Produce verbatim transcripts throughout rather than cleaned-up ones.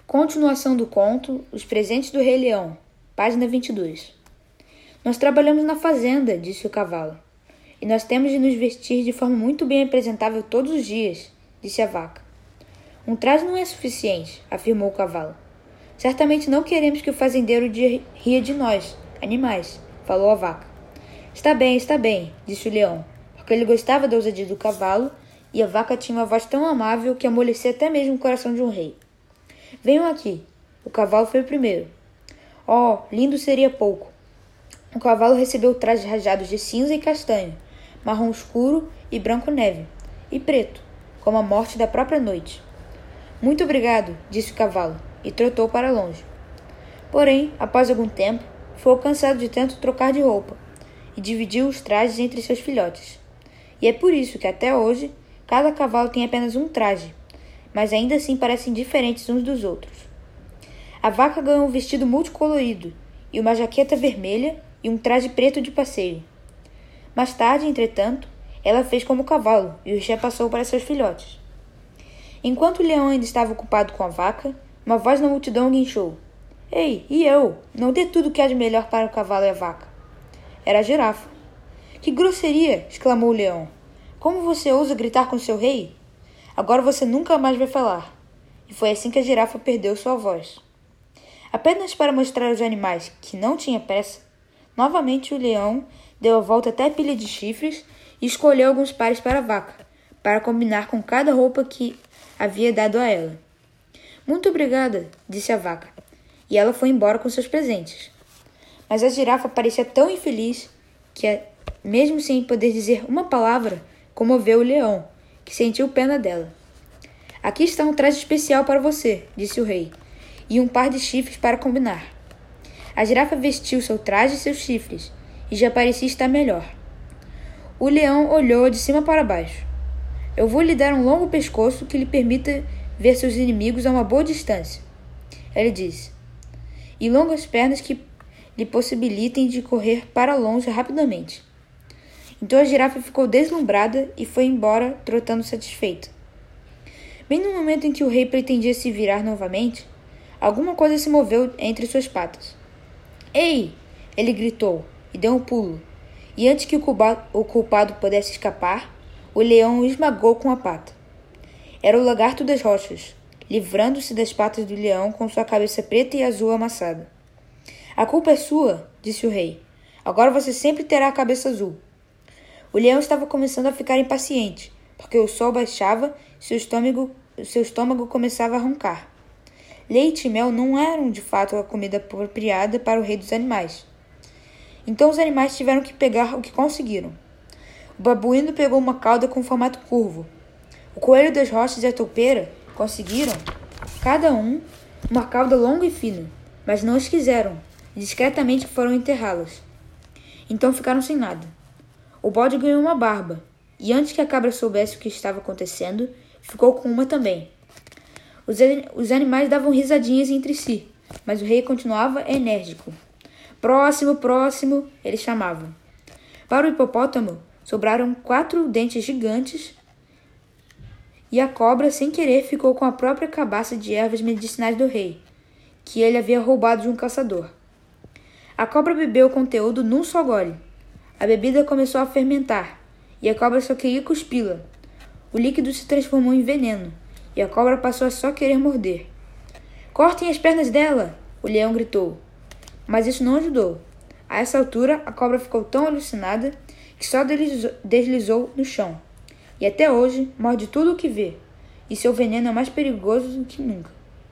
Continuação do conto Os Presentes do Rei Leão, página vinte e dois. Nós trabalhamos na fazenda, disse o cavalo, e nós temos de nos vestir de forma muito bem apresentável todos os dias, disse a vaca. Um traje não é suficiente, afirmou o cavalo. Certamente não queremos que o fazendeiro ria de nós, animais, falou a vaca. Está bem, está bem, disse o leão, porque ele gostava da ousadia do cavalo e a vaca tinha uma voz tão amável que amolecia até mesmo o coração de um rei. Venham aqui. O cavalo foi o primeiro. Oh, lindo seria pouco. O cavalo recebeu trajes rajados de cinza e castanho, marrom escuro e branco neve, e preto, como a morte da própria noite. Muito obrigado, disse o cavalo, e trotou para longe. Porém, após algum tempo, ficou cansado de tanto trocar de roupa, e dividiu os trajes entre seus filhotes. E é por isso que até hoje, cada cavalo tem apenas um traje, mas ainda assim parecem diferentes uns dos outros. A vaca ganhou um vestido multicolorido, e uma jaqueta vermelha e um traje preto de passeio. Mais tarde, entretanto, ela fez como o cavalo e o repassou para seus filhotes. Enquanto o leão ainda estava ocupado com a vaca, uma voz na multidão guinchou. Ei, e eu? Não dê tudo o que há de melhor para o cavalo e a vaca. Era a girafa. Que grosseria! Exclamou o leão. Como você ousa gritar com seu rei? Agora você nunca mais vai falar. E foi assim que a girafa perdeu sua voz. Apenas para mostrar aos animais que não tinha pressa, novamente o leão deu a volta até a pilha de chifres e escolheu alguns pares para a vaca, para combinar com cada roupa que havia dado a ela. Muito obrigada, disse a vaca, e ela foi embora com seus presentes. Mas a girafa parecia tão infeliz que, mesmo sem poder dizer uma palavra, comoveu o leão, que sentiu pena dela. Aqui está um traje especial para você, disse o rei, e um par de chifres para combinar. A girafa vestiu seu traje e seus chifres, e já parecia estar melhor. O leão olhou de cima para baixo. Eu vou lhe dar um longo pescoço que lhe permita ver seus inimigos a uma boa distância, ele disse, e longas pernas que lhe possibilitem de correr para longe rapidamente. Então a girafa ficou deslumbrada e foi embora, trotando satisfeita. Bem no momento em que o rei pretendia se virar novamente, alguma coisa se moveu entre suas patas. Ei! Ele gritou e deu um pulo, e antes que o culpado pudesse escapar, o leão o esmagou com a pata. Era o lagarto das rochas, livrando-se das patas do leão com sua cabeça preta e azul amassada. A culpa é sua, disse o rei. Agora você sempre terá a cabeça azul. O leão estava começando a ficar impaciente, porque o sol baixava e seu estômago, seu estômago começava a roncar. Leite e mel não eram, de fato, a comida apropriada para o rei dos animais. Então os animais tiveram que pegar o que conseguiram. O babuíno pegou uma cauda com formato curvo. O coelho das rochas e a toupeira conseguiram, cada um, uma cauda longa e fina, mas não os quiseram, e discretamente foram enterrá-las. Então ficaram sem nada. O bode ganhou uma barba, e antes que a cabra soubesse o que estava acontecendo, ficou com uma também. Os, os animais davam risadinhas entre si, mas o rei continuava enérgico. Próximo, próximo, ele chamava. Para o hipopótamo, sobraram quatro dentes gigantes, e a cobra, sem querer, ficou com a própria cabaça de ervas medicinais do rei, que ele havia roubado de um caçador. A cobra bebeu o conteúdo num só gole. A bebida começou a fermentar, e a cobra só queria cuspi-la. O líquido se transformou em veneno, e a cobra passou a só querer morder. Cortem as pernas dela! O leão gritou. Mas isso não ajudou. A essa altura, a cobra ficou tão alucinada que só deslizou, deslizou no chão. E até hoje, morde tudo o que vê, e seu veneno é mais perigoso do que nunca.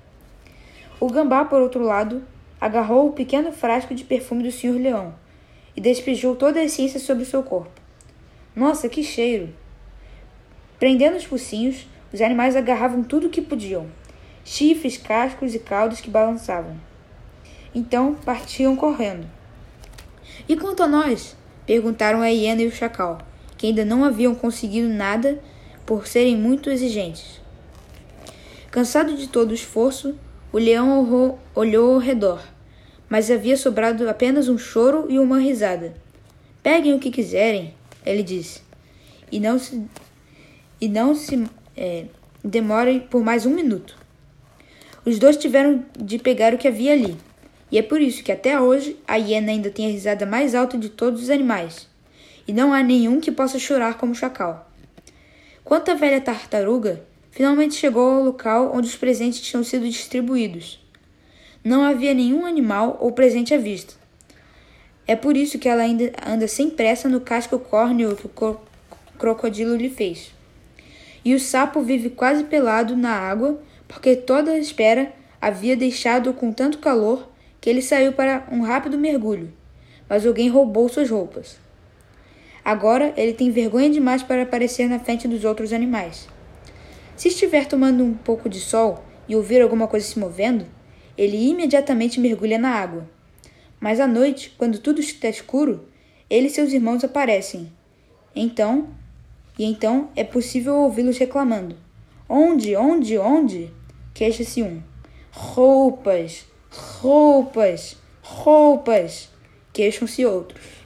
O gambá, por outro lado, agarrou o pequeno frasco de perfume do senhor Leão e despejou toda a essência sobre o seu corpo. Nossa, que cheiro! Prendendo os focinhos, os animais agarravam tudo o que podiam, chifres, cascos e caudas que balançavam. Então partiam correndo. E quanto a nós? Perguntaram a hiena e o chacal, que ainda não haviam conseguido nada por serem muito exigentes. Cansado de todo o esforço, o leão olhou ao redor, mas havia sobrado apenas um choro e uma risada. Peguem o que quiserem, ele disse, e não se, e não se é, demorem por mais um minuto. Os dois tiveram de pegar o que havia ali. E é por isso que até hoje a hiena ainda tem a risada mais alta de todos os animais. E não há nenhum que possa chorar como o chacal. Quanto à velha tartaruga, finalmente chegou ao local onde os presentes tinham sido distribuídos. Não havia nenhum animal ou presente à vista. É por isso que ela ainda anda sem pressa no casco córneo que o cro- crocodilo lhe fez. E o sapo vive quase pelado na água, porque toda a espera havia deixado-o com tanto calor que ele saiu para um rápido mergulho, mas alguém roubou suas roupas. Agora ele tem vergonha demais para aparecer na frente dos outros animais. Se estiver tomando um pouco de sol e ouvir alguma coisa se movendo, ele imediatamente mergulha na água. Mas à noite, quando tudo está escuro, ele e seus irmãos aparecem. Então, e então é possível ouvi-los reclamando. Onde, onde, onde? Queixa-se um. Roupas, roupas, roupas, queixam-se outros.